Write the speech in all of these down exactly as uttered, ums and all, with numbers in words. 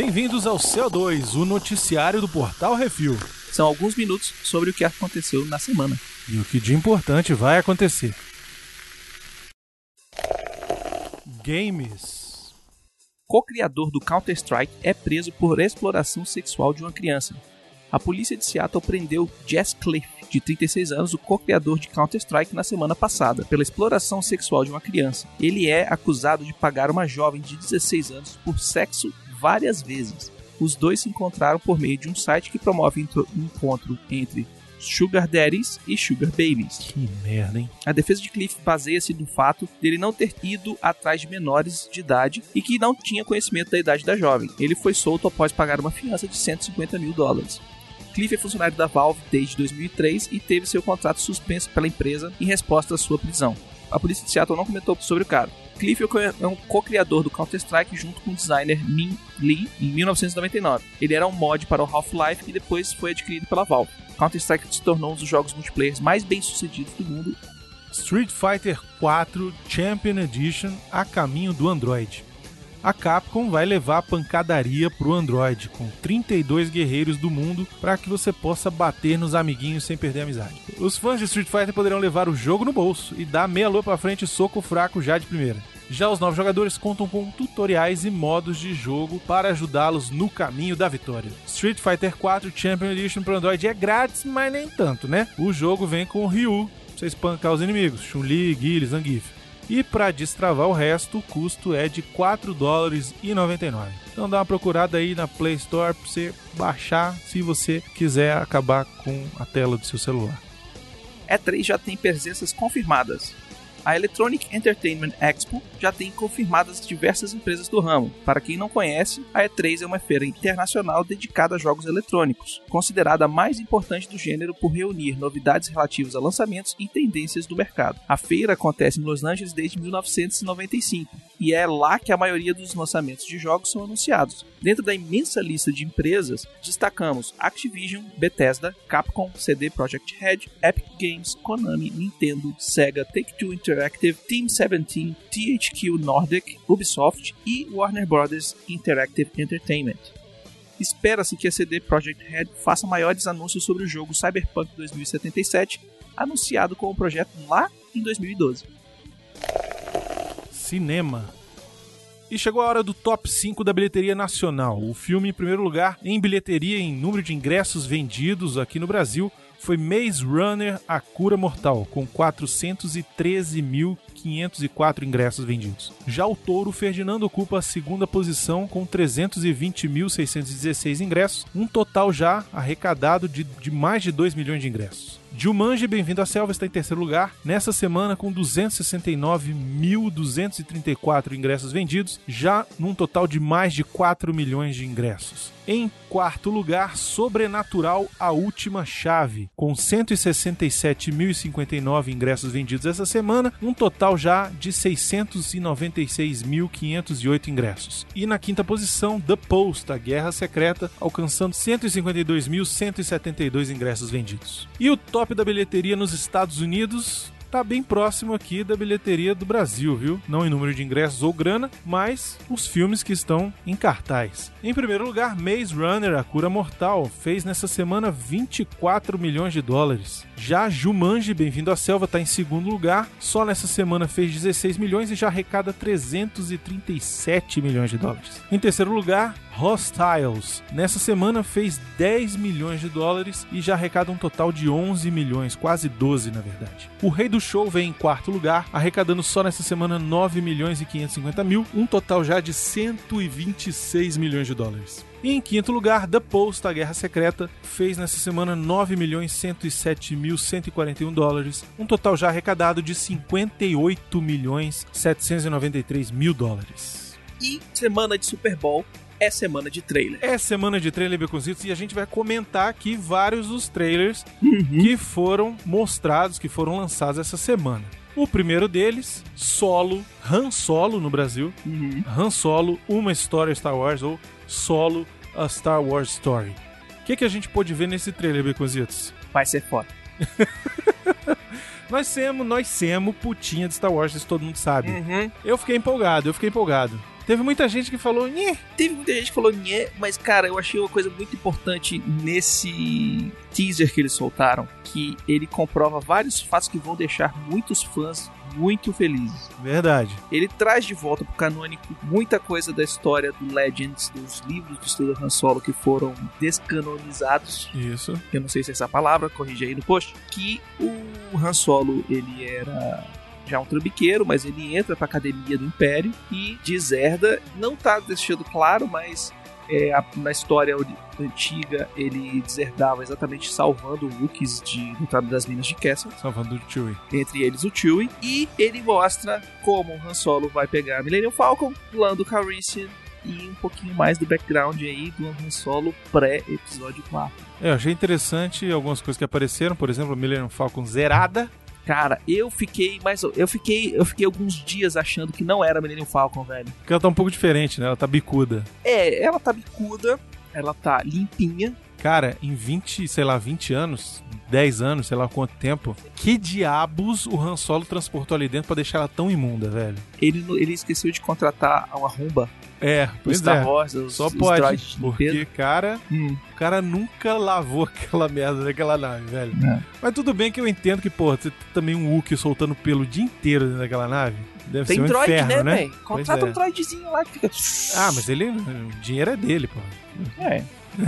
Bem-vindos ao C O dois, o noticiário do Portal Refil. São alguns minutos sobre o que aconteceu na semana. E o que de importante vai acontecer. Games. Co-criador do Counter-Strike é preso por exploração sexual de uma criança. A polícia de Seattle prendeu Jess Cliff, de trinta e seis anos, o co-criador de Counter-Strike, na semana passada, pela exploração sexual de uma criança. Ele é acusado de pagar uma jovem de dezesseis anos por sexo várias vezes. Os dois se encontraram por meio de um site que promove um encontro entre Sugar Daddies e Sugar Babies. Que merda, hein? A defesa de Cliff baseia-se no fato dele não ter ido atrás de menores de idade e que não tinha conhecimento da idade da jovem. Ele foi solto após pagar uma fiança de cento e cinquenta mil dólares. Cliff é funcionário da Valve desde dois mil e três e teve seu contrato suspenso pela empresa em resposta à sua prisão. A polícia de Seattle não comentou sobre o caso. Cliff é um co-criador do Counter-Strike junto com o designer Min Lee em mil novecentos e noventa e nove. Ele era um mod para o Half-Life e depois foi adquirido pela Valve. Counter-Strike se tornou um dos jogos multiplayer mais bem-sucedidos do mundo. Street Fighter quatro Champion Edition a caminho do Android. A Capcom vai levar a pancadaria pro Android, com trinta e dois guerreiros do mundo, para que você possa bater nos amiguinhos sem perder a amizade. Os fãs de Street Fighter poderão levar o jogo no bolso e dar meia lua pra frente e soco fraco já de primeira. Já os novos jogadores contam com tutoriais e modos de jogo para ajudá-los no caminho da vitória. Street Fighter quatro Champion Edition para Android é grátis, mas nem tanto, né? O jogo vem com o Ryu, pra você espancar os inimigos, Chun-Li, Guile, Zangief. E para destravar o resto, o custo é de quatro dólares e noventa e nove centavos. Então dá uma procurada aí na Play Store para você baixar se você quiser acabar com a tela do seu celular. E três já tem presenças confirmadas. A Electronic Entertainment Expo já tem confirmadas diversas empresas do ramo. Para quem não conhece, a E três é uma feira internacional dedicada a jogos eletrônicos, considerada a mais importante do gênero por reunir novidades relativas a lançamentos e tendências do mercado. A feira acontece em Los Angeles desde mil novecentos e noventa e cinco, e é lá que a maioria dos lançamentos de jogos são anunciados. Dentro da imensa lista de empresas, destacamos Activision, Bethesda, Capcom, C D Projekt Red, Epic Games, Konami, Nintendo, Sega, Take-Two Interactive, Team seventeen, T H Q Nordic, Ubisoft e Warner Bros. Interactive Entertainment. Espera-se que a C D Projekt Red faça maiores anúncios sobre o jogo Cyberpunk dois mil e setenta e sete, anunciado como projeto lá em dois mil e doze. Cinema. E chegou a hora do top cinco da bilheteria nacional. O filme, em primeiro lugar, em bilheteria em número de ingressos vendidos aqui no Brasil, foi Maze Runner: A Cura Mortal, com quatrocentos e treze mil quinhentos e quatro ingressos vendidos. Já o Touro Ferdinando ocupa a segunda posição com trezentos e vinte mil seiscentos e dezesseis ingressos, um total já arrecadado de, de mais de dois milhões de ingressos. Jumanji: Bem-vindo à Selva está em terceiro lugar, nessa semana com duzentos e sessenta e nove mil duzentos e trinta e quatro ingressos vendidos, já num total de mais de quatro milhões de ingressos. Em quarto lugar, Sobrenatural: A Última Chave, com cento e sessenta e sete mil e cinquenta e nove ingressos vendidos essa semana, um total já de seiscentos e noventa e seis mil quinhentos e oito ingressos. E na quinta posição, The Post: A Guerra Secreta, alcançando cento e cinquenta e dois mil cento e setenta e dois ingressos vendidos. E o top da bilheteria nos Estados Unidos tá bem próximo aqui da bilheteria do Brasil, viu? Não em número de ingressos ou grana, mas os filmes que estão em cartaz. Em primeiro lugar, Maze Runner: A Cura Mortal fez nessa semana vinte e quatro milhões de dólares. Já Jumanji: Bem-vindo à Selva está em segundo lugar, só nessa semana fez dezesseis milhões e já arrecada trezentos e trinta e sete milhões de dólares. Em terceiro lugar, Hostiles, nessa semana fez dez milhões de dólares e já arrecada um total de onze milhões, quase doze na verdade. O Rei do Show vem em quarto lugar, arrecadando só nessa semana nove milhões e quinhentos e cinquenta mil, um total já de cento e vinte e seis milhões de dólares. E em quinto lugar, The Post: A Guerra Secreta fez nessa semana nove milhões cento e sete mil cento e quarenta e um dólares, um total já arrecadado de cinquenta e oito milhões setecentos e noventa e três mil dólares. E semana de Super Bowl é semana de trailer. É semana de trailer, Beconzitos, e a gente vai comentar aqui vários dos trailers uhum. que foram mostrados, que foram lançados essa semana. O primeiro deles, Solo, Han Solo no Brasil, uhum. Han Solo, Uma História Star Wars, ou Solo, A Star Wars Story. O que, que a gente pôde ver nesse trailer, Beconzitos? Vai ser foda. Nós somos, nós somos putinha de Star Wars, isso todo mundo sabe. Uhum. Eu fiquei empolgado, eu fiquei empolgado. Teve muita gente que falou, nhê. Teve muita gente que falou, nhê, mas, cara, eu achei uma coisa muito importante nesse teaser que eles soltaram, que ele comprova vários fatos que vão deixar muitos fãs muito felizes. Verdade. Ele traz de volta pro canônico muita coisa da história do Legends, dos livros de estudo Han Solo que foram descanonizados. Isso. Eu não sei se é essa palavra, corrige aí no post. Que o Han Solo, ele era já um trambiqueiro, mas ele entra pra academia do Império e deserda. Não tá deixando claro, mas é, a, na história antiga ele deserdava exatamente salvando Wookiees de entrada das minas de Kessel. Salvando o Chewie. Entre eles o Chewie. E ele mostra como o Han Solo vai pegar a Millennium Falcon, Lando Calrissian e um pouquinho mais do background aí do Han Solo pré-episódio quatro. É, eu achei interessante algumas coisas que apareceram, por exemplo, a Millennium Falcon zerada. Cara, eu fiquei mais eu fiquei eu fiquei alguns dias achando que não era a Millennium Falcon, velho. Porque ela tá um pouco diferente, né? Ela tá bicuda. É, ela tá bicuda, ela tá limpinha. Cara, em vinte, sei lá, vinte anos, dez anos, sei lá quanto tempo, que diabos o Han Solo transportou ali dentro pra deixar ela tão imunda, velho? Ele, ele esqueceu de contratar uma rumba. É, pois Star é. Wars, os, Só os pode, porque, cara, hum. o cara nunca lavou aquela merda daquela nave, velho. É. Mas tudo bem que eu entendo que, pô, você tem também um Wookiee soltando pelo o dia inteiro dentro daquela nave. Deve tem ser um droid, inferno, né, né? velho? Contrata é. um droidzinho lá que fica... Ah, mas ele, o dinheiro é dele, pô. É.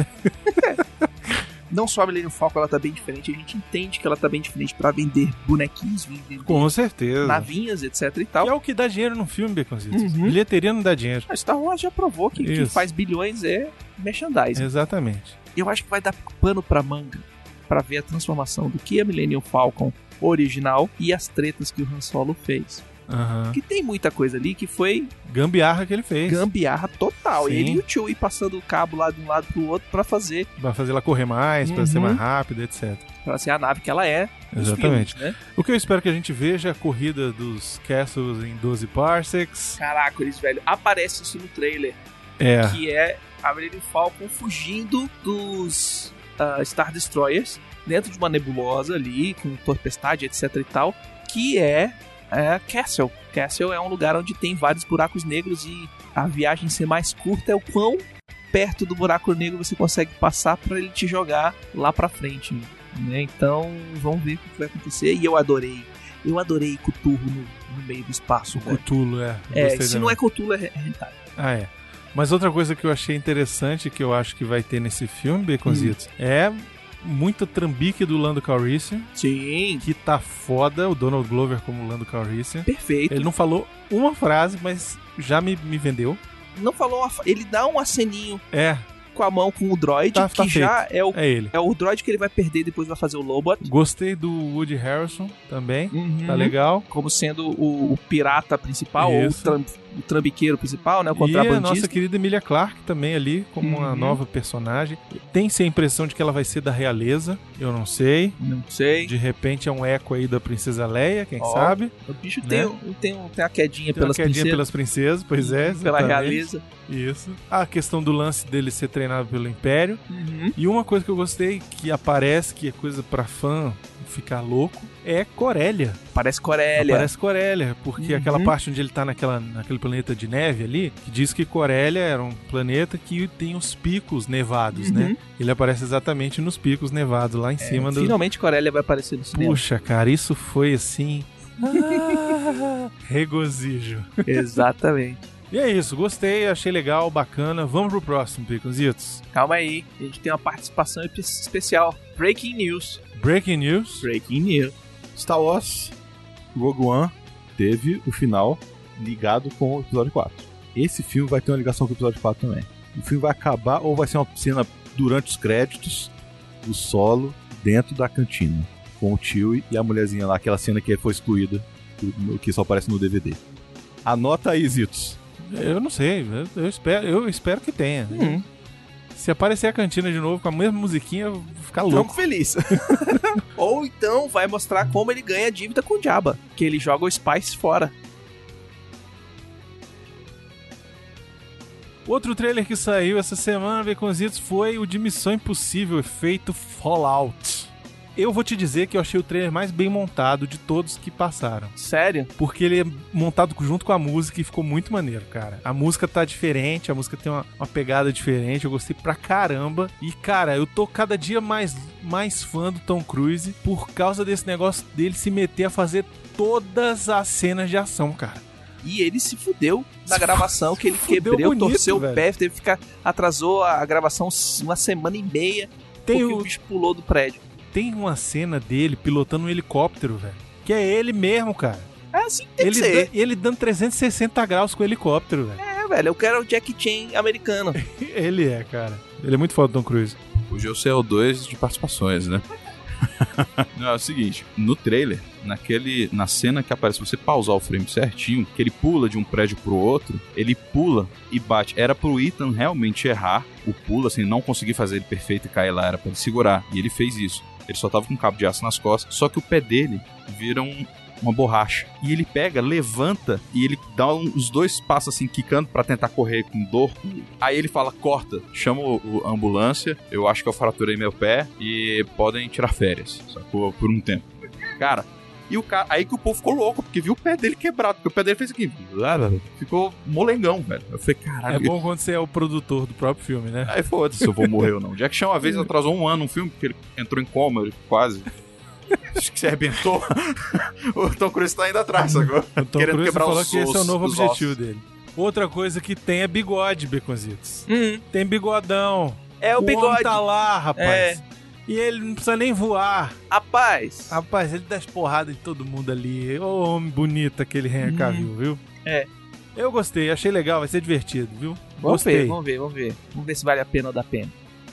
Não só a Millennium Falcon, ela tá bem diferente. A gente entende que ela tá bem diferente pra vender bonequinhos, vender Com certeza. navinhas, etc e tal. Que é o que dá dinheiro no filme, Baconzitos. Uhum. Bilheteria não dá dinheiro. A Star Wars já provou que quem faz bilhões é merchandising. Exatamente. Eu acho que vai dar pano pra manga pra ver a transformação do que é a Millennium Falcon original e as tretas que o Han Solo fez. Uhum. Que tem muita coisa ali que foi gambiarra que ele fez. Gambiarra total. Sim. Ele e o Chewie passando o cabo lá de um lado pro outro pra fazer... Pra fazer ela correr mais, uhum. pra ser mais rápida, etcétera. Pra ser a nave que ela é. Exatamente. Filmes, né? O que eu espero que a gente veja é a corrida dos Castles em doze parsecs. Caracoles, velho. Aparece isso no trailer. É. Que é a Millennium Falcon fugindo dos uh, Star Destroyers dentro de uma nebulosa ali, com tempestade, etc e tal. Que é... É Castle. Castle é um lugar onde tem vários buracos negros e a viagem ser mais curta é o quão perto do buraco negro você consegue passar para ele te jogar lá pra frente, né? Então, vamos ver o que vai acontecer. E eu adorei. Eu adorei Cthulhu no, no meio do espaço. O Cthulhu, é. É, se também. não é Cthulhu, é hentai. Ah, é. Mas outra coisa que eu achei interessante, que eu acho que vai ter nesse filme, Baconzitos, hum. é... muita trambique do Lando Calrissian. Sim. Que tá foda, o Donald Glover como Lando Calrissian. Perfeito. Ele não falou uma frase, mas já me, me vendeu. Não falou uma... Ele dá um aceninho. É. Com a mão com o droid, tá, que tá já é o, é ele. É o droid que ele vai perder e depois vai fazer o Lobot. Gostei do Woody Harrelson também. Uhum. Tá legal. Como sendo o, o pirata principal, Isso. ou o, tram, o trambiqueiro principal, né? O contrabandista. E a nossa querida Emilia Clarke também ali, como uhum. uma nova personagem. Tem-se a impressão de que ela vai ser da realeza. Eu não sei. Não sei. De repente é um eco aí da Princesa Leia, quem oh, sabe. O bicho né? tem, tem, tem a quedinha tem pelas uma quedinha princesas. pelas princesas, pois é. Exatamente. Pela realeza. Isso. A questão do lance dele ser treinado pelo Império. Uhum. E uma coisa que eu gostei, que aparece, que é coisa pra fã ficar louco, é Corellia. Parece Corellia. Parece Corellia, porque uhum. aquela parte onde ele tá naquela, naquele planeta de neve ali, que diz que Corellia era um planeta que tem os picos nevados, uhum. né? Ele aparece exatamente nos picos nevados, lá em é, cima do... Finalmente Corellia vai aparecer no cinema. Puxa, cara, isso foi assim... ah, regozijo. Exatamente. E é isso, gostei, achei legal, bacana. Vamos pro próximo, Baconzitos. Calma aí, a gente tem uma participação especial. Breaking News. Breaking News. Breaking News. Star Wars Rogue One teve o final ligado com o episódio quatro. Esse filme vai ter uma ligação com o episódio quatro também. O filme vai acabar ou vai ser uma cena durante os créditos do Solo dentro da cantina com o Chewie e a mulherzinha lá, aquela cena que foi excluída, que só aparece no D V D. Anota aí, Zitos. Eu não sei, eu, eu, espero, eu espero que tenha. Hum. Se aparecer a cantina de novo com a mesma musiquinha, eu vou ficar louco. Fico feliz. Ou então vai mostrar como ele ganha dívida com o Jabba, que ele joga o Spice fora. Outro trailer que saiu essa semana, Baconzitos, foi o de Missão Impossível, efeito Fallout. Eu vou te dizer que eu achei o trailer mais bem montado de todos que passaram. Sério? Porque ele é montado junto com a música e ficou muito maneiro, cara. A música tá diferente, a música tem uma, uma pegada diferente, eu gostei pra caramba. E, cara, eu tô cada dia mais, mais fã do Tom Cruise por causa desse negócio dele se meter a fazer todas as cenas de ação, cara. E ele se fudeu na gravação, que ele Fudeu quebrou, bonito, torceu velho. o pé, teve que ficar, atrasou a gravação uma semana e meia, Tem porque o- o bicho pulou do prédio. Tem uma cena dele pilotando um helicóptero, velho. Que é ele mesmo, cara. É assim que tem Ele, que ser. dan- ele dando trezentos e sessenta graus com o helicóptero, velho. É, velho, eu quero o Jack Chan americano. Ele é, cara. Ele é muito foda do Tom Cruise. Hoje é o C O dois de participações, né? Não, é o seguinte, no trailer, naquele, na cena que aparece, se você pausar o frame certinho, que ele pula de um prédio pro outro, ele pula e bate. Era pro Ethan realmente errar o pulo, assim, não conseguir fazer ele perfeito e cair lá, era pra ele segurar. E ele fez isso. Ele só tava com um cabo de aço nas costas, só que o pé dele vira um, uma borracha. E ele pega, levanta e ele dá um, os dois passos assim, quicando pra tentar correr com dor. Aí ele fala, corta, chama o, o- a ambulância, eu acho que eu fraturei meu pé e podem tirar férias, sacou? Por um tempo. Cara, e o cara, aí que o povo ficou louco, porque viu o pé dele quebrado, porque o pé dele fez aqui, ficou molengão, velho. Eu falei, caralho. É bom quando você é o produtor do próprio filme, né? Aí foda-se se eu vou morrer ou não. Jack Chan uma vez atrasou um ano um filme, porque ele entrou em coma, ele quase. Acho que se arrebentou. O Tom Cruise tá indo atrás, sacou? O Tom Querendo Cruise quebrar falou os que esse é o ossos, novo os objetivo ossos. dele. Outra coisa que tem é bigode, Beconzitos. Hum, Tem bigodão. é o homem bigode. tá lá, rapaz. É. E ele não precisa nem voar. Rapaz. Rapaz, ele dá as porradas em todo mundo ali. Ô, homem bonito aquele Henry Hum. Cavill, viu? É. Eu gostei, achei legal, vai ser divertido, viu? Vamos Gostei. ver, vamos ver, vamos ver. Vamos ver se vale a pena ou dá pena.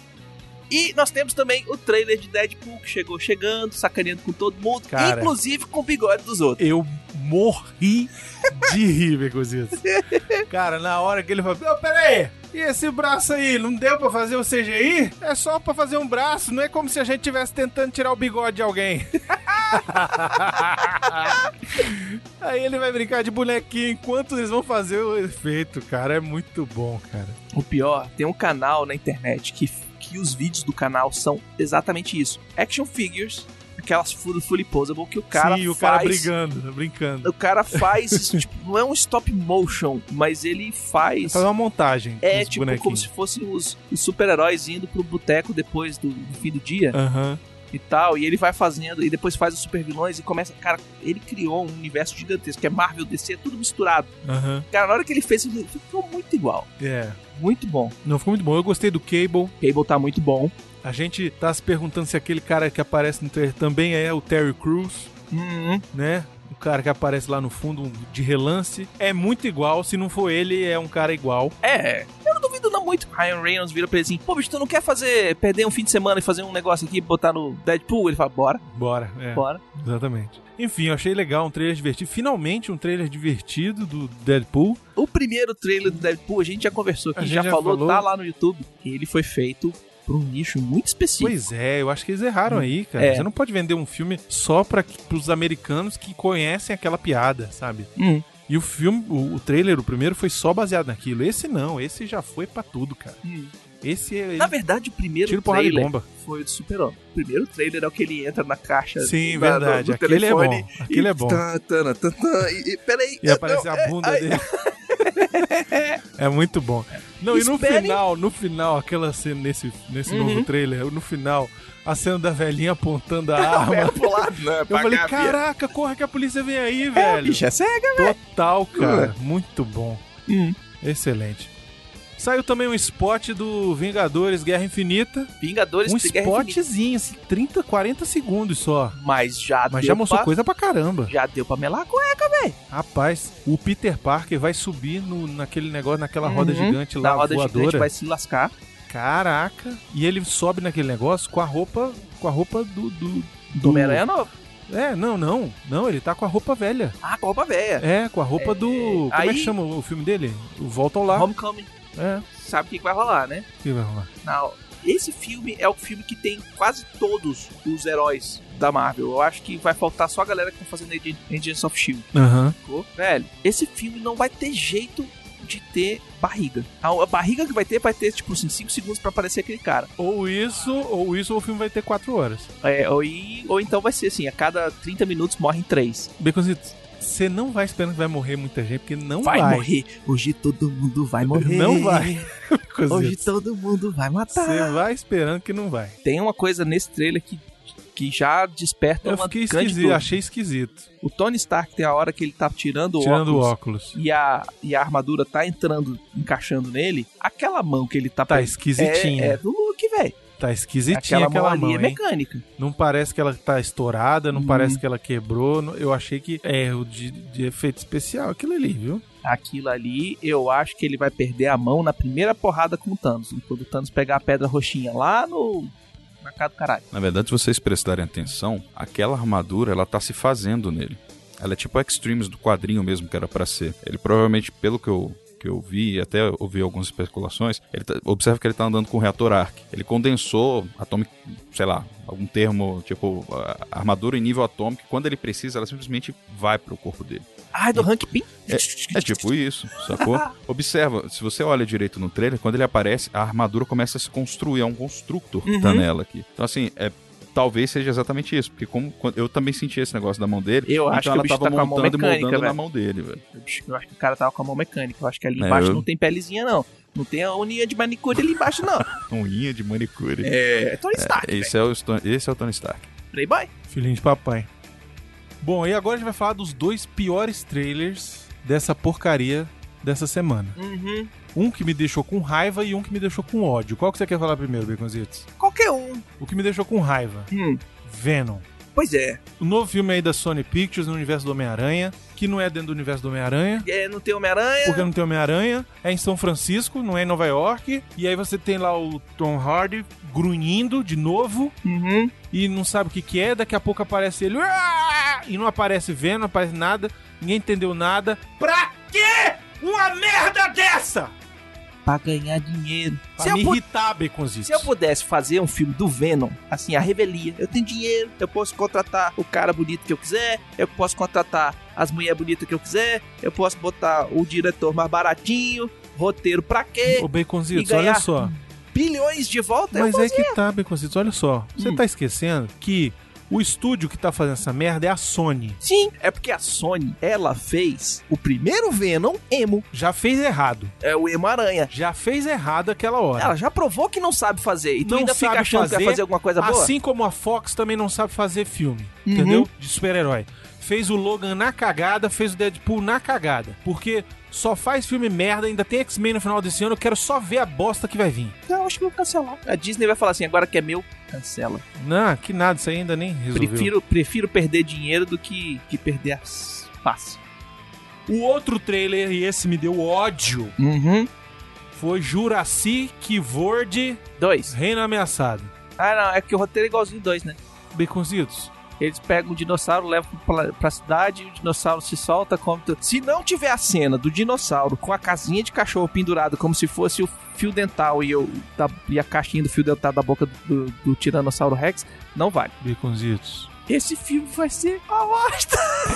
E nós temos também o trailer de Deadpool, que chegou chegando, sacaneando com todo mundo, Cara. inclusive com o bigode dos outros. Eu morri de rir, Beconzitos. Cara, na hora que ele falou, ô, pera aí, e esse braço aí, não deu pra fazer o C G I? É só pra fazer um braço, não é como se a gente estivesse tentando tirar o bigode de alguém. Aí ele vai brincar de bonequinho enquanto eles vão fazer o efeito, cara, é muito bom, cara. O pior, tem um canal na internet que, que os vídeos do canal são exatamente isso. Action figures, aquelas fully, fully posable que o cara Sim, o faz... cara brigando, brincando. O cara faz, isso, tipo, não é um stop motion, mas ele faz... Fazer uma montagem É dos tipo como bonequinhos. se fossem os, os super-heróis indo pro boteco depois do, do fim do dia Aham. e tal, e ele vai fazendo, e depois faz os super-vilões e começa... Cara, ele criou um universo gigantesco, que é Marvel, D C, é tudo misturado. Aham. Cara, na hora que ele fez, ele ficou muito igual. É. Muito bom. Não, ficou muito bom. Eu gostei do Cable. Cable tá muito bom. A gente tá se perguntando se aquele cara que aparece no trailer também é o Terry Crews, Uhum. né? O cara que aparece lá no fundo de relance. É muito igual. Se não for ele, é um cara igual. É, eu não duvido não muito. Ryan Reynolds vira pra ele assim, pô, bicho, tu não quer fazer, perder um fim de semana e fazer um negócio aqui e botar no Deadpool? Ele fala, bora, Bora. É, bora. exatamente. Enfim, eu achei legal, um trailer divertido. Finalmente um trailer divertido do Deadpool. O primeiro trailer do Deadpool, a gente já conversou A aqui, gente já, já falou, falou. tá lá no YouTube. Ele foi feito pra um nicho muito específico. Pois é, eu acho que eles erraram aí, cara. É. Você não pode vender um filme só para os americanos que conhecem aquela piada, sabe? Hum, E o filme, o, o trailer, o primeiro, foi só baseado naquilo. Esse não, esse já foi pra tudo, cara. hum. Esse é. Na verdade, o primeiro Tiro porrada de trailer bomba. foi o do Super-Homem. O primeiro trailer é o que ele entra na caixa Sim, da- verdade. do, do Aquele é telefone. bom. Aquele é bom. Tan, tan, tan, tan, e, e, peraí. E aparece não, a é, bunda ai, dele. É muito bom. Não, e no Esperem. final, no final, aquela cena nesse, nesse Uhum. novo trailer, no final, a cena da velhinha apontando a É arma. pro lado, né? Eu pra falei, cá, filha. caraca, corre que a polícia vem aí, É, velho. bicho, é cega. Total, cara. Muito bom. Hum. Excelente. Saiu também um spot do Vingadores Guerra Infinita. Vingadores Um de Guerra Infinita. spotzinho, assim, trinta, quarenta segundos só. Mas já Mas deu já mostrou pra... coisa pra caramba. Já deu pra melar a cueca, velho. Rapaz, o Peter Parker vai subir no, naquele negócio, naquela roda Uhum. gigante lá, Na roda voadora. gigante vai se lascar. Caraca. E ele sobe naquele negócio com a roupa, com a roupa do... do, Do Homem-Aranha novo. É, não, não. Não, ele tá com a roupa velha. Ah, com a roupa velha. É, com a roupa do... Como é aí- que chama o filme dele? O Volta ao Lar. Homecoming. É, Sabe o que que vai rolar, né? o que vai rolar? Não, esse filme é o filme que tem quase todos os heróis da Marvel. Eu acho que vai faltar só a galera que tá fazendo Ag- Agents of Shield. Aham. Sacou? Velho, esse filme não vai ter jeito de ter barriga. A, a barriga que vai ter, vai ter, tipo assim, cinco segundos pra aparecer aquele cara. Ou isso, ou isso, ou o filme vai ter quatro horas. É, ou, e, ou então vai ser assim, a cada trinta minutos morrem três. Baconzitos, você não vai esperando que vai morrer muita gente, porque não vai. vai. Vai morrer. Hoje todo mundo vai morrer. Não vai. Hoje todo mundo vai matar. Você vai esperando que não vai. Tem uma coisa nesse trailer que, que já desperta Eu uma fiquei grande esquisito, dúvida. achei esquisito. O Tony Stark tem a hora que ele tá tirando o Tirando óculos, o óculos. E, a, e a armadura tá entrando, encaixando nele. Aquela mão que ele tá... Tá pe- esquisitinha. É, é do Luke, velho. Tá esquisitinha Aquela, aquela mão ali mão, é hein? mecânica. Não parece que ela tá estourada, não Hum. parece que ela quebrou. não- Eu achei que é erro de, de efeito especial aquilo ali, viu? Aquilo ali, eu acho que ele vai perder a mão na primeira porrada com o Thanos. Quando o Thanos pegar a pedra roxinha lá no... na cara do caralho. Na verdade, se vocês prestarem atenção, aquela armadura, ela tá se fazendo nele. Ela é tipo a Extremes do quadrinho mesmo que era pra ser. Ele provavelmente, pelo que eu, que eu vi, e até ouvi algumas especulações, ele tá, observa que ele tá andando com o reator Arc. Ele condensou atômico, sei lá, algum termo, tipo, a armadura em nível atômico, quando ele precisa, ela simplesmente vai pro corpo dele. Ah, é do Hank Pym? É, é tipo isso, sacou? Observa, se você olha direito no trailer, quando ele aparece, a armadura começa a se construir, é um constructor que tá Uhum. nela aqui. Então assim, é, talvez seja exatamente isso, porque como quando- eu também senti esse negócio da mão dele, Eu então acho que ela o bicho tava tá com a mão montando e mecânica, moldando na velho. mão dele, velho. Eu acho que o cara tava com a mão mecânica. Eu acho que ali É, embaixo eu- não tem pelezinha, não. Não tem a unha de manicure ali embaixo, não. Unha de manicure. É, Tony Stark, É, esse, é o, Ston- esse é o Tony Stark. velho. Playboy. Filhinho de papai. Bom, e agora a gente vai falar dos dois piores trailers dessa porcaria dessa semana. Uhum. Um que me deixou com raiva e um que me deixou com ódio. Qual que você quer falar primeiro, Baconzitos? Qualquer um. O que me deixou com raiva. Hum. Venom. Pois é. O novo filme aí da Sony Pictures no universo do Homem-Aranha, que não é dentro do universo do Homem-Aranha, É, não tem Homem-Aranha. porque não tem Homem-Aranha, é em São Francisco, não é em Nova York, e aí você tem lá o Tom Hardy grunhindo de novo, Uhum. e não sabe o que que é, daqui a pouco aparece ele, "Uá!" e não aparece Venom, não aparece nada, ninguém entendeu nada. Pra quê uma merda dessa? Pra ganhar dinheiro. Pra Se eu, me pu- irritar, Baconzitos. se eu pudesse fazer um filme do Venom, assim, a revelia, eu tenho dinheiro, eu posso contratar o cara bonito que eu quiser, eu posso contratar as mulheres bonitas que eu quiser, eu posso botar o diretor mais baratinho, roteiro pra quê? Ô, Baconzitos, E ganhar olha só. Bilhões de volta, Mas eu é que tá, Baconzitos, olha só. Você Hum. tá esquecendo que o estúdio que tá fazendo essa merda é a Sony. Sim, é porque a Sony, ela fez o primeiro Venom emo, Já fez errado. é o Emo Aranha. Já fez errado aquela hora. Ela já provou que não sabe fazer. E tu Não ainda sabe fica achando que vai fazer, fazer alguma coisa boa? Assim como a Fox também não sabe fazer filme, Uhum. entendeu? De super-herói. Fez o Logan na cagada, fez o Deadpool na cagada. Porque só faz filme merda, ainda tem X-Men no final desse ano, eu quero só ver a bosta que vai vir. Não, acho que vou cancelar. A Disney vai falar assim, agora que é meu, cancela. Não, que nada, isso aí ainda nem resolveu. Prefiro, prefiro perder dinheiro do que, que perder as passes. O outro trailer, e esse me deu ódio, Uhum. foi Jurassic World Dois. Reino Ameaçado. Ah, não, é que o roteiro é igualzinho dois, né? Baconzitos, Eles pegam um dinossauro, levam pra, pra cidade, o dinossauro se solta, come tudo. Se não tiver a cena do dinossauro com a casinha de cachorro pendurada como se fosse o fio dental e, o, da- e a caixinha do fio dental da boca do, do, do Tiranossauro Rex, não vale. Baconzitos. Esse filme vai ser uma bosta.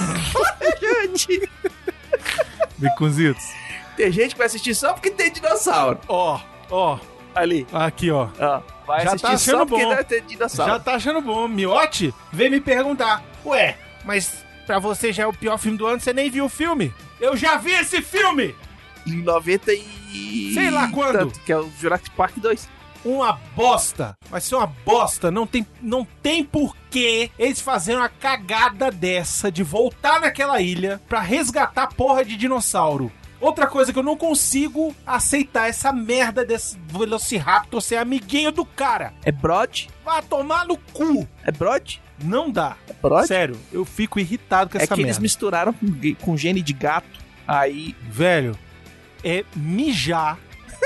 Gente, Baconzitos. tem gente que vai assistir só porque tem dinossauro. Ó, ó, Ali, aqui ó. ó. Vai Já assistir tá só achando porque bom. deve ter dinossauro. Já tá achando bom. Miote veio me perguntar: ué, mas pra você já é o pior filme do ano, você nem viu o filme? Eu já vi esse filme! Em noventa e... Sei lá quando. Tanto, que é o Jurassic Park dois. Uma bosta! Vai ser uma bosta! Não tem, não tem porquê eles fazerem uma cagada dessa de voltar naquela ilha pra resgatar porra de dinossauro. Outra coisa que eu não consigo aceitar, essa merda desse Velociraptor ser amiguinho do cara. É Broad? Vai tomar no cu! É Broad? Não dá. É Broad? Sério, eu fico irritado com É essa que merda. eles misturaram com, ge- com gene de gato. Aí, Velho, é mijar,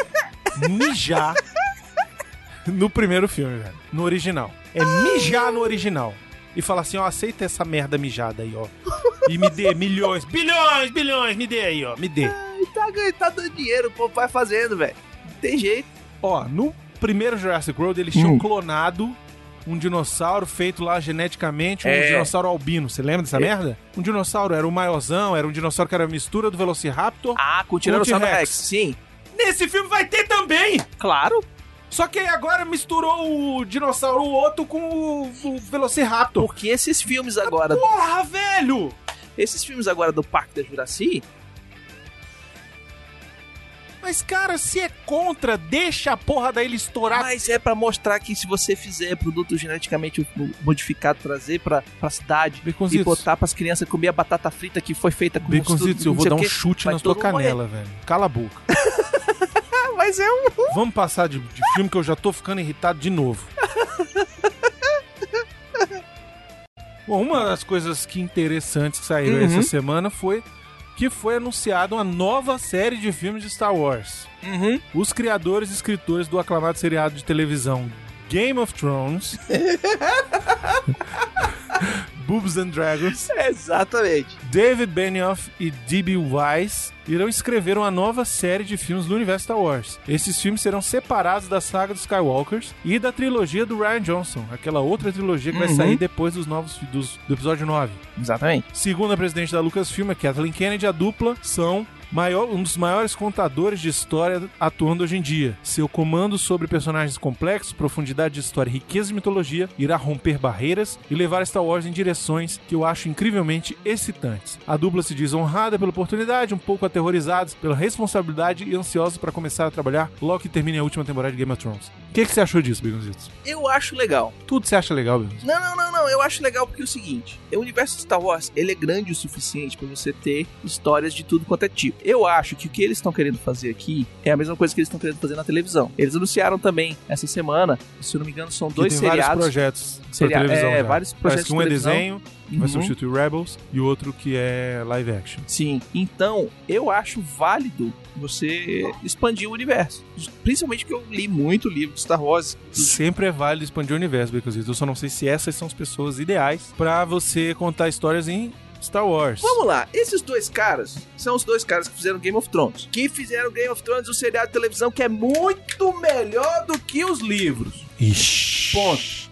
mijar no primeiro filme, velho. No original. É mijar no original. E falar assim, ó, aceita essa merda mijada aí, ó. E me dê milhões, bilhões, bilhões, me dê aí, ó, me dê. tá, ganhando- tá dando dinheiro, o povo vai fazendo, velho. Não tem jeito. Ó, no primeiro Jurassic World eles tinham Hum. clonado um dinossauro feito lá geneticamente, um É. dinossauro albino. Você lembra dessa É. merda? Um dinossauro era o maiorzão, era um dinossauro que era a mistura do Velociraptor. Ah, com o Tiranossauro T-Rex. Rex, sim. Nesse filme vai ter também! Claro. Só que aí agora misturou o dinossauro o outro com o, o Velociraptor. Porque esses filmes agora... Porra, velho! Esses filmes agora do Parque da Juraci... Mas, cara, se é contra, deixa a porra da ele estourar. Mas é pra mostrar que se você fizer produto geneticamente modificado, trazer pra, pra cidade e Baconzitos, botar pras crianças comer a batata frita que foi feita com Baconzitos, eu não vou sei dar o um quê, chute vai na tua todo mundo canela, velho. Cala a boca. morrer. Mas é um... Vamos passar de, de filme que eu já tô ficando irritado de novo. Bom, uma das coisas que interessantes que saíram Uhum. essa semana foi que foi anunciada uma nova série de filmes de Star Wars. Uhum. Os criadores e escritores do aclamado seriado de televisão Game of Thrones, Boobs and Dragons, Exatamente. David Benioff e D B. Weiss irão escrever uma nova série de filmes do universo Star Wars. Esses filmes serão separados da saga dos Skywalkers e da trilogia do Rian Johnson, aquela outra trilogia que vai Uhum. sair depois dos novos dos, do episódio nove. Exatamente. Segundo a presidente da Lucasfilm, a Kathleen Kennedy, a dupla são maior, um dos maiores contadores de história atuando hoje em dia. Seu comando sobre personagens complexos, profundidade de história e riqueza de mitologia irá romper barreiras e levar Star Wars em direções que eu acho incrivelmente excitantes. A dupla se diz honrada pela oportunidade, um pouco aterrorizados pela responsabilidade e ansiosos para começar a trabalhar logo que termine a última temporada de Game of Thrones. O que, que você achou disso, Begonzitos? Eu acho legal. Tudo você acha legal, Begonzitos? Não, não, não, não. Eu acho legal porque é o seguinte: o universo Star Wars, ele é grande o suficiente pra você ter histórias de tudo quanto é tipo. Eu acho que o que eles estão querendo fazer aqui é a mesma coisa que eles estão querendo fazer na televisão. Eles anunciaram também essa semana, se eu não me engano, são dois tem vários seriados. projetos Seria- pra televisão é, já. vários Parece projetos que um de é televisão. desenho, que vai Uhum. substituir Rebels, e outro que é live action. Sim, então eu acho válido você expandir o universo. Principalmente porque eu li muito livro de Star Wars. Sempre é válido expandir o universo, Beconzitos. Eu só não sei se essas são as pessoas ideais pra você contar histórias em Star Wars. Vamos lá, esses dois caras são os dois caras que fizeram Game of Thrones. Que fizeram Game of Thrones, o seriado de televisão que é muito melhor do que os livros. Ixi. Ponto.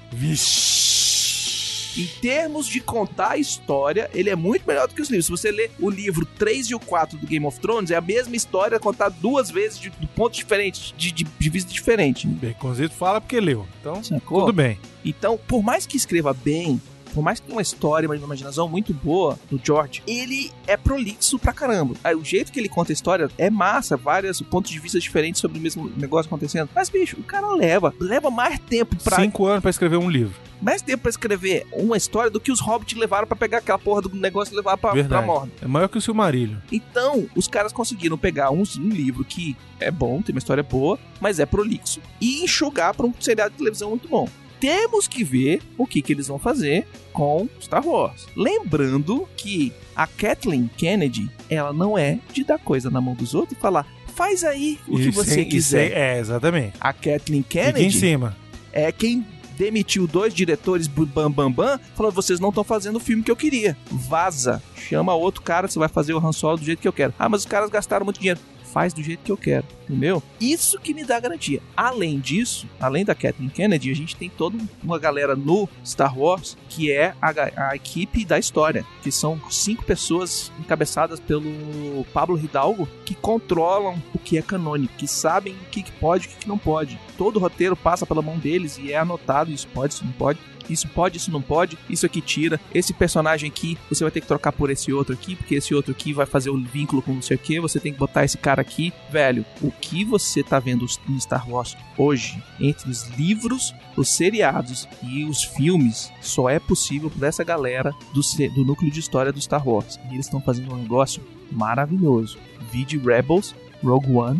Vixe. Em termos de contar a história, ele é muito melhor do que os livros. Se você ler o livro três e o quatro do Game of Thrones, é a mesma história contada duas vezes de, de pontos diferentes, de, de, de vista diferente. Beconzito fala porque leu. Então, Sacou? tudo bem. Então, por mais que escreva bem, por mais que tenha uma história, uma imaginação muito boa do George, ele é prolixo pra caramba. Aí, o jeito que ele conta a história é massa, vários pontos de vista diferentes sobre o mesmo negócio acontecendo. Mas, bicho, o cara leva, leva mais tempo pra... Cinco anos pra escrever um livro. mais tempo pra escrever uma história do que os Hobbits levaram pra pegar aquela porra do negócio e levar pra, pra Verdade. Mordor. É maior que o Silmarillion. Então, os caras conseguiram pegar um, um livro que é bom, tem uma história boa, mas é prolixo, e enxugar pra um seriado de televisão muito bom. Temos que ver o que, que eles vão fazer com Star Wars. Lembrando que a Kathleen Kennedy, ela não é de dar coisa na mão dos outros e falar, faz aí o que E você sem- e quiser. sem- É, exatamente. A Kathleen Fica em Kennedy cima. é quem demitiu dois diretores bu- bam bam bam, falou, vocês não estão fazendo o filme que eu queria. Vaza. Chama outro cara, você vai fazer o Han Solo do jeito que eu quero. Ah, mas os caras gastaram muito dinheiro. Faz do jeito que eu quero, entendeu? Isso que me dá garantia. Além disso, além da Kathleen Kennedy, a gente tem toda uma galera no Star Wars que é a, ga- a equipe da história, que são cinco pessoas encabeçadas pelo Pablo Hidalgo, que controlam o que é canônico, que sabem o que que pode e o que que não pode. Todo o roteiro passa pela mão deles e é anotado, isso pode, isso não pode. Isso pode, isso não pode, isso aqui tira. Esse personagem aqui, você vai ter que trocar por esse outro aqui, porque esse outro aqui vai fazer o vínculo com não sei o que, você tem que botar esse cara aqui. Velho, o que você tá vendo em Star Wars hoje, entre os livros, os seriados e os filmes, só é possível por essa galera do, ce- do núcleo de história do Star Wars. E eles estão fazendo um negócio maravilhoso. Vide Rebels, Rogue One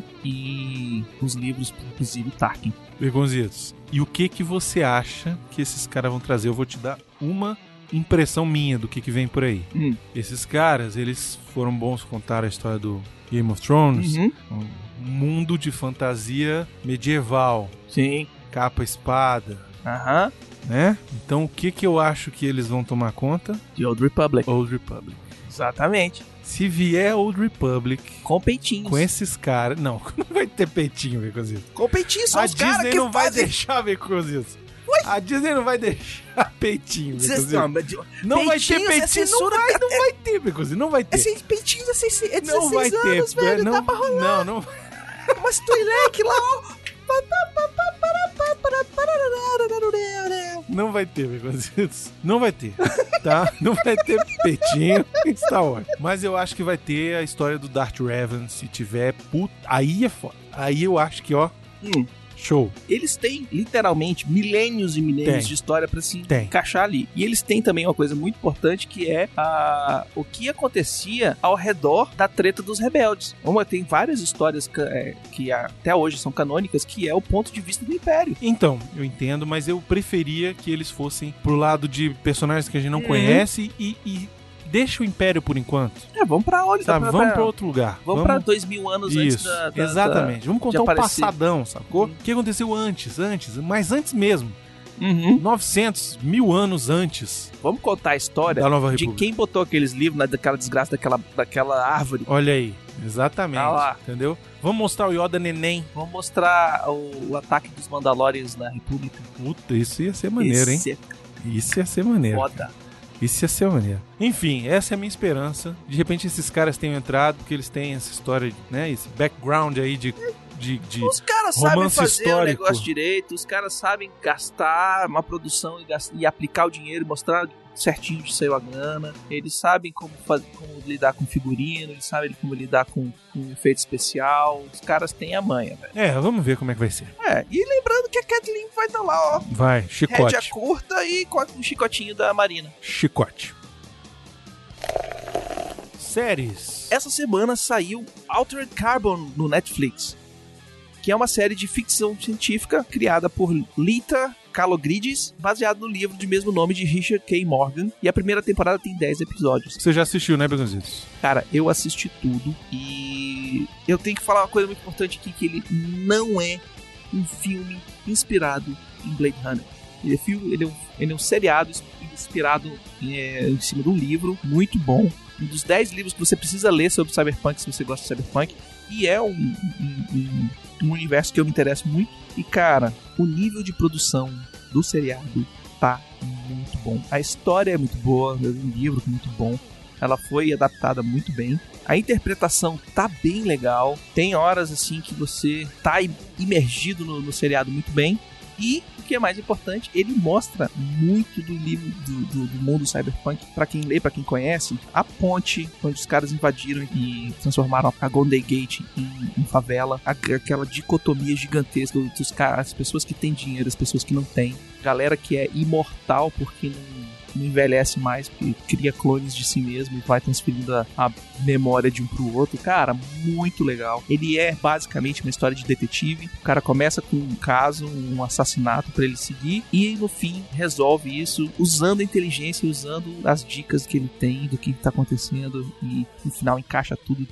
e os livros, inclusive Tarkin. Begonzitos. E o que que você acha que esses caras vão trazer? Eu vou te dar uma impressão minha do que que vem por aí. Hum. Esses caras, eles foram bons contar a história do Game of Thrones. Uhum. Um mundo de fantasia medieval. Sim. Capa, espada, Aham. né? Então o que que eu acho que eles vão tomar conta? The Old Republic. Old Republic. Exatamente. Se vier Old Republic Com peitinhos. com esses caras... Não, não vai ter peitinho, Beconzitos. Com peitinhos, são A os caras Disney que não vai fazem... deixar, Beconzitos. A Disney não vai deixar peitinho. Cê- não, mas de- Não vai ter peitinhos é peitinho. Não censura, vai, cara. não vai ter, Becozinho. Não vai ter. Esses peitinhos é dezesseis é Não vai ter. anos, velho. não, Dá pra rolar. não, não. Mas Twi'lek lá, ó. Não vai ter, Becozinho. Não vai ter. Tá? Não vai ter peitinho em Star Wars. Mas eu acho que vai ter a história do Darth Revan. Se tiver, puta. Aí é foda. Aí eu acho que, ó. Hum. Show. Eles têm, literalmente, milênios e milênios Tem. de história pra se Tem. encaixar ali. E eles têm também uma coisa muito importante, que é a, o que acontecia ao redor da treta dos rebeldes. Uma, tem várias histórias que, é, que até hoje são canônicas, que é o ponto de vista do Império. Então, eu entendo, mas eu preferia que eles fossem pro lado de personagens que a gente não Uhum. conhece e, e deixa o Império por enquanto. É, vamos pra onde? Sabe? Pra, Vamos pra, pra outro lugar. vamos pra dois mil anos antes Isso, da, da exatamente. da- Vamos contar de o aparecer. passadão, sacou? Uhum. O que aconteceu antes, antes, mas antes mesmo. Uhum. novecentos, mil anos antes Vamos contar a história da Nova de República. quem botou aqueles livros na, daquela desgraça daquela, daquela árvore. Olha aí, exatamente, Tá lá. entendeu? Vamos mostrar o Yoda neném. Vamos mostrar o, o ataque dos Mandalorians na República. Puta, isso ia ser maneiro, hein? Esse é Isso ia ser maneiro. foda. Isso ia ser maneiro. Enfim, essa é a minha esperança. De repente esses caras tenham entrado, porque eles têm essa história, né? Esse background aí de... de, de... Os caras sabem romance fazer o histórico. negócio direito, os caras sabem gastar uma produção e, gas- e aplicar o dinheiro, mostrar certinho de saiu a grana. Eles sabem como, faz, como lidar com figurino, eles sabem como lidar com, com efeito especial. Os caras têm a manha, velho. É, vamos ver como é que vai ser. É, e lembrando que a Kathleen vai estar lá, ó. Vai, Rédea chicote. curta e com o chicotinho da Marina. Chicote. Séries. Essa semana saiu Altered Carbon no Netflix, que é uma série de ficção científica criada por Lita Kalogridis, baseado no livro de mesmo nome de Richard K. Morgan, e a primeira temporada tem dez episódios. Você já assistiu, né, Begonzitos? Cara, eu assisti tudo e eu tenho que falar uma coisa muito importante aqui, que ele não é um filme inspirado em Blade Runner. Ele é, filme, ele é, um, ele é um seriado inspirado é, em cima de um livro muito bom, um dos dez livros que você precisa ler sobre Cyberpunk se você gosta de Cyberpunk, e é um, um, um, um universo que eu me interesso muito. E cara, o nível de produção do seriado tá muito bom. A história é muito boa, o livro é muito bom, ela foi adaptada muito bem. A interpretação tá bem legal, tem horas assim que você tá imergido no, no seriado muito bem. E, o que é mais importante, ele mostra muito do livro do, do, do mundo cyberpunk. Pra quem lê, pra quem conhece, a ponte onde os caras invadiram e transformaram a Golden Gate em, em favela, a, aquela dicotomia gigantesca dos caras, as pessoas que têm dinheiro, as pessoas que não têm, galera que é imortal porque não não envelhece mais, porque cria clones de si mesmo e vai transferindo a, a memória de um pro outro. Cara, muito legal. Ele é basicamente uma história de detetive. O cara começa com um caso, um assassinato pra ele seguir, e no fim resolve isso usando a inteligência, usando as dicas que ele tem do que tá acontecendo, e no final encaixa tudo.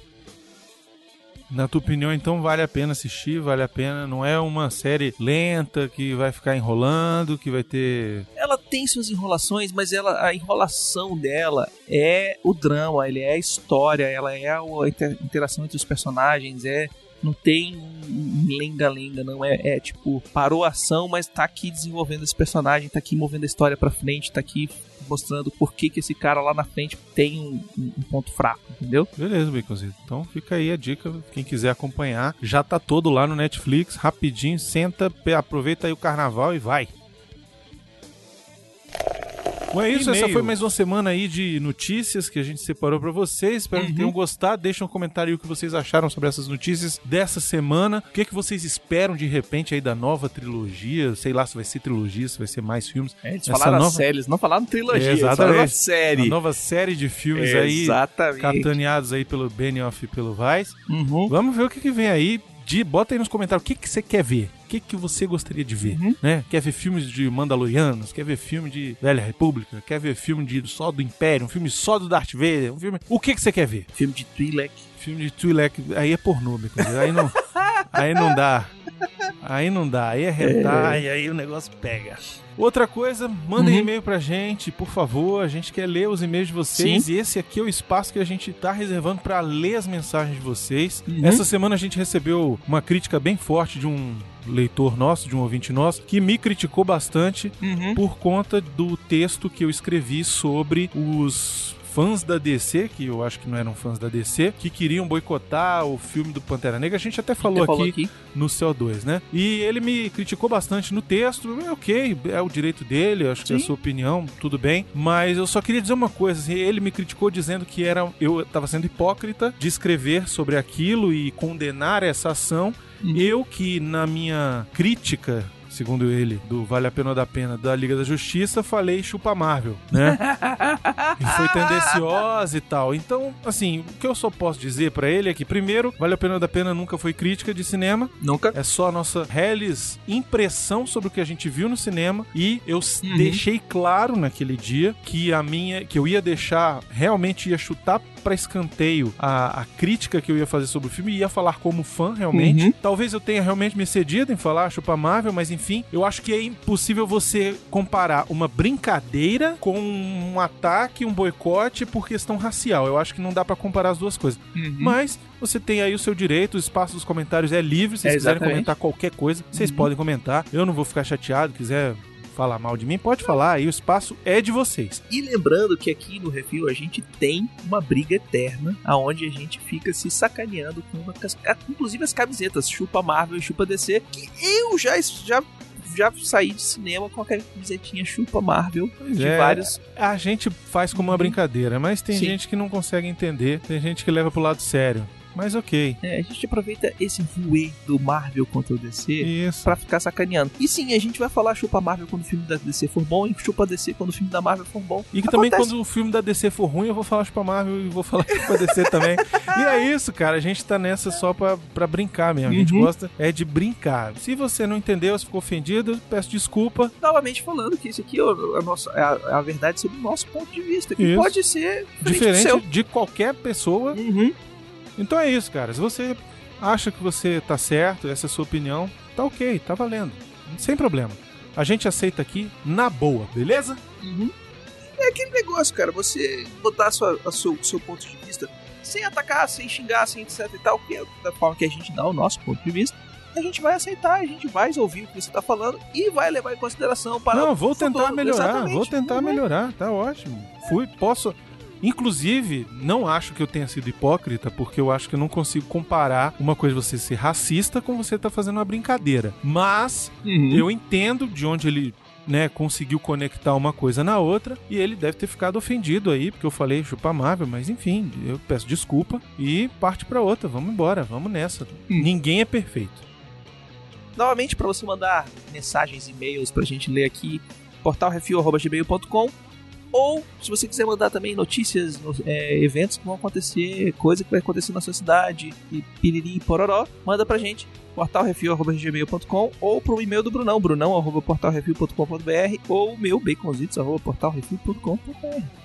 Na tua opinião, então, vale a pena assistir? Vale a pena? Não é uma série lenta que vai ficar enrolando, que vai ter... Ela tem suas enrolações, mas ela, a enrolação dela é o drama, ele é a história, ela é a interação entre os personagens, é... Não tem um lenga-lenga, não é, é tipo, parou a ação, mas tá aqui desenvolvendo esse personagem, tá aqui movendo a história pra frente, tá aqui mostrando por que que esse cara lá na frente tem um, um ponto fraco, entendeu? Beleza, Baconzito. Então fica aí a dica, quem quiser acompanhar, já tá todo lá no Netflix, rapidinho, senta, aproveita aí o carnaval e vai. Bom, é isso, essa foi mais uma semana aí de notícias que a gente separou pra vocês. Espero Uhum. que tenham gostado. Deixem um comentário aí o que vocês acharam sobre essas notícias dessa semana. O que é que vocês esperam de repente aí da nova trilogia? Sei lá se vai ser trilogia, se vai ser mais filmes. É, eles Essa falaram nova... a série, eles não falaram trilogia, É, eles falaram a exatamente. série. A nova série de filmes É, aí, exatamente. capitaneados aí pelo Benioff e pelo Weiss. Uhum. Vamos ver o que, que vem aí. De, bota aí nos comentários o que, que você quer ver. O que, que você gostaria de ver, Uhum. né? Quer ver filmes de Mandalorianos? Quer ver filme de Velha República? Quer ver filme de, só do Império? Um filme só do Darth Vader? Um filme... O que, que você quer ver? Filme de Twi'lek. Filme de Twi'lek, aí é pornô, meu querido. Aí não, aí não dá. Aí não dá. Aí é hentai, aí o negócio pega. Outra coisa, mandem Uhum. e-mail pra gente, por favor. A gente quer ler os e-mails de vocês. Sim. E esse aqui é o espaço que a gente tá reservando pra ler as mensagens de vocês. Uhum. Essa semana a gente recebeu uma crítica bem forte de um leitor nosso, de um ouvinte nosso, que me criticou bastante Uhum. por conta do texto que eu escrevi sobre os fãs da D C, que eu acho que não eram fãs da D C, que queriam boicotar o filme do Pantera Negra. A gente até falou, Você falou aqui, no C O dois, né? E ele me criticou bastante no texto. É ok, é o direito dele, acho que é a Sim. sua opinião, tudo bem. Mas eu só queria dizer uma coisa, assim, ele me criticou dizendo que era, eu estava sendo hipócrita de escrever sobre aquilo e condenar essa ação. Uhum. Eu que, na minha crítica, segundo ele, do Vale a Pena ou da Pena da Liga da Justiça, falei chupa Marvel, né? E foi tendenciosa e tal. Então, assim, o que eu só posso dizer pra ele é que, primeiro, Vale a Pena ou da Pena nunca foi crítica de cinema. Nunca. É só a nossa reles impressão sobre o que a gente viu no cinema. E eu Uhum. deixei claro naquele dia que a minha, que eu ia deixar, realmente ia chutar pra escanteio a, a crítica que eu ia fazer sobre o filme e ia falar como fã, realmente. Uhum. Talvez eu tenha realmente me cedido em falar chupa Marvel, mas enfim, eu acho que é impossível você comparar uma brincadeira com um ataque, um boicote por questão racial. Eu acho que não dá pra comparar as duas coisas. Uhum. Mas você tem aí o seu direito, o espaço dos comentários é livre. Se vocês É, quiserem exatamente. comentar qualquer coisa, vocês Uhum. podem comentar. Eu não vou ficar chateado, quiser falar mal de mim, pode falar aí, o espaço é de vocês. E lembrando que aqui no Review a gente tem uma briga eterna, aonde a gente fica se sacaneando com uma, inclusive as camisetas chupa Marvel e chupa D C, que eu já já já saí de cinema com aquela camisetinha chupa Marvel de é, vários. A gente faz como uma brincadeira, mas tem Sim. gente que não consegue entender, tem gente que leva pro lado sério. Mas ok. É, a gente aproveita esse ruê do Marvel contra o D C Isso. pra ficar sacaneando. E sim, a gente vai falar chupa Marvel quando o filme da D C for bom e chupa D C quando o filme da Marvel for bom. E que também Acontece. quando o filme da D C for ruim, eu vou falar chupa Marvel e vou falar chupa D C também. E é isso, cara. A gente tá nessa só pra, pra brincar mesmo. A gente Uhum. gosta é de brincar. Se você não entendeu, se ficou ofendido, peço desculpa. Novamente falando que isso aqui é, o- a, nossa, é a, é a verdade sobre o nosso ponto de vista. Que Isso. pode ser diferente, do Diferente seu. de qualquer pessoa. Uhum. Então é isso, cara. Se você acha que você tá certo, essa é a sua opinião, tá ok, tá valendo. Sem problema. A gente aceita aqui na boa, beleza? Uhum. É aquele negócio, cara, você botar a sua, a seu, seu ponto de vista sem atacar, sem xingar, sem etc e tal, que é da forma que a gente dá o nosso ponto de vista, a gente vai aceitar, a gente vai ouvir o que você tá falando e vai levar em consideração para Não, o vou tentar futuro. melhorar, Exatamente. vou tentar Uhum. melhorar, tá ótimo. Fui, posso... Inclusive, não acho que eu tenha sido hipócrita, porque eu acho que eu não consigo comparar uma coisa você ser racista com você tá fazendo uma brincadeira. Mas Uhum. eu entendo de onde ele, né, conseguiu conectar uma coisa na outra e ele deve ter ficado ofendido aí, porque eu falei chupa Marvel, mas enfim, eu peço desculpa e parte pra outra, vamos embora, vamos nessa. Hum. Ninguém é perfeito. Novamente, para você mandar mensagens, e-mails pra gente ler aqui, portal refil arroba gmail ponto com. Ou, se você quiser mandar também notícias, é, eventos que vão acontecer, coisa que vai acontecer na sua cidade, e piriri e pororó, manda pra gente, portal refil arroba gmail ponto com, ou pro e-mail do Brunão, brunão arroba portal refil ponto com ponto b r, ou o meu, baconzitos arroba portal refil ponto com ponto b r.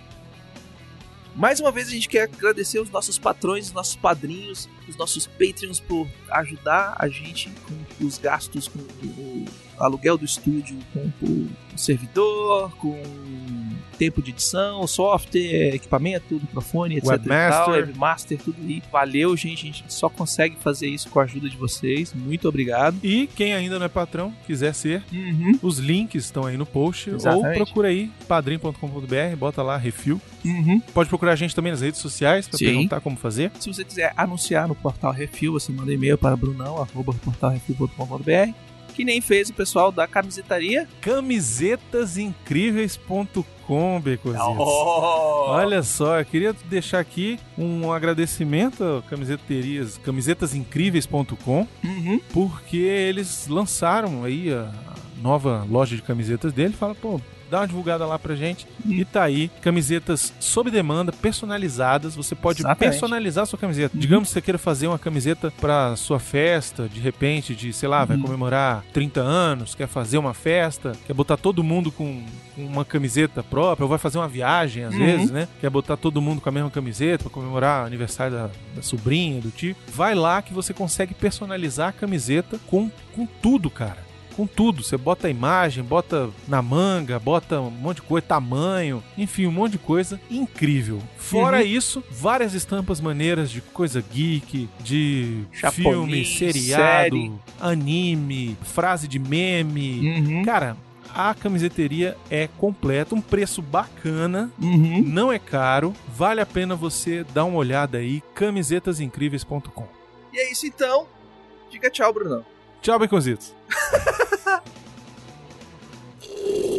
Mais uma vez a gente quer agradecer os nossos patrões, os nossos padrinhos, os nossos Patreons por ajudar a gente com os gastos, com o aluguel do estúdio, com o servidor, com tempo de edição, software, equipamento, microfone, etc. Webmaster. E tal, webmaster, tudo aí. Valeu, gente. A gente só consegue fazer isso com a ajuda de vocês. Muito obrigado. E quem ainda não é patrão, quiser ser, Uhum. os links estão aí no post. Exatamente. Ou procura aí padrim ponto com ponto b r, bota lá refil. Uhum. Pode procurar a gente também nas redes sociais pra Sim. perguntar como fazer. Se você quiser anunciar no Portal Refil, você manda e-mail para brunão arroba portal refil ponto com ponto b r, que nem fez o pessoal da camisetaria. camisetas incríveis ponto com, Becositos. Oh! Olha só, eu queria deixar aqui um agradecimento a camiseterias, camisetas incríveis ponto com, Uhum. porque eles lançaram aí a nova loja de camisetas dele. Fala, pô, dá uma divulgada lá pra gente. E tá aí, camisetas sob demanda, personalizadas. Você pode Exatamente. personalizar a sua camiseta. Uhum. Digamos que você queira fazer uma camiseta pra sua festa, de repente, de, sei lá, vai Uhum. comemorar trinta anos, quer fazer uma festa, quer botar todo mundo com uma camiseta própria, ou vai fazer uma viagem, às Uhum. vezes, né? Quer botar todo mundo com a mesma camiseta pra comemorar o aniversário da, da sobrinha, do tio. Vai lá que você consegue personalizar a camiseta com, com tudo, cara. com tudo. Você bota a imagem, bota na manga, bota um monte de coisa, tamanho, enfim, um monte de coisa incrível. Fora Uhum. isso, várias estampas maneiras de coisa geek, de filme, Japonês, seriado, série. anime, frase de meme. Uhum. Cara, a camiseteria é completa, um preço bacana, Uhum. não é caro, vale a pena você dar uma olhada aí, camisetas incríveis ponto com. E é isso então. Diga tchau, Brunão. Tchau, Baconzitos.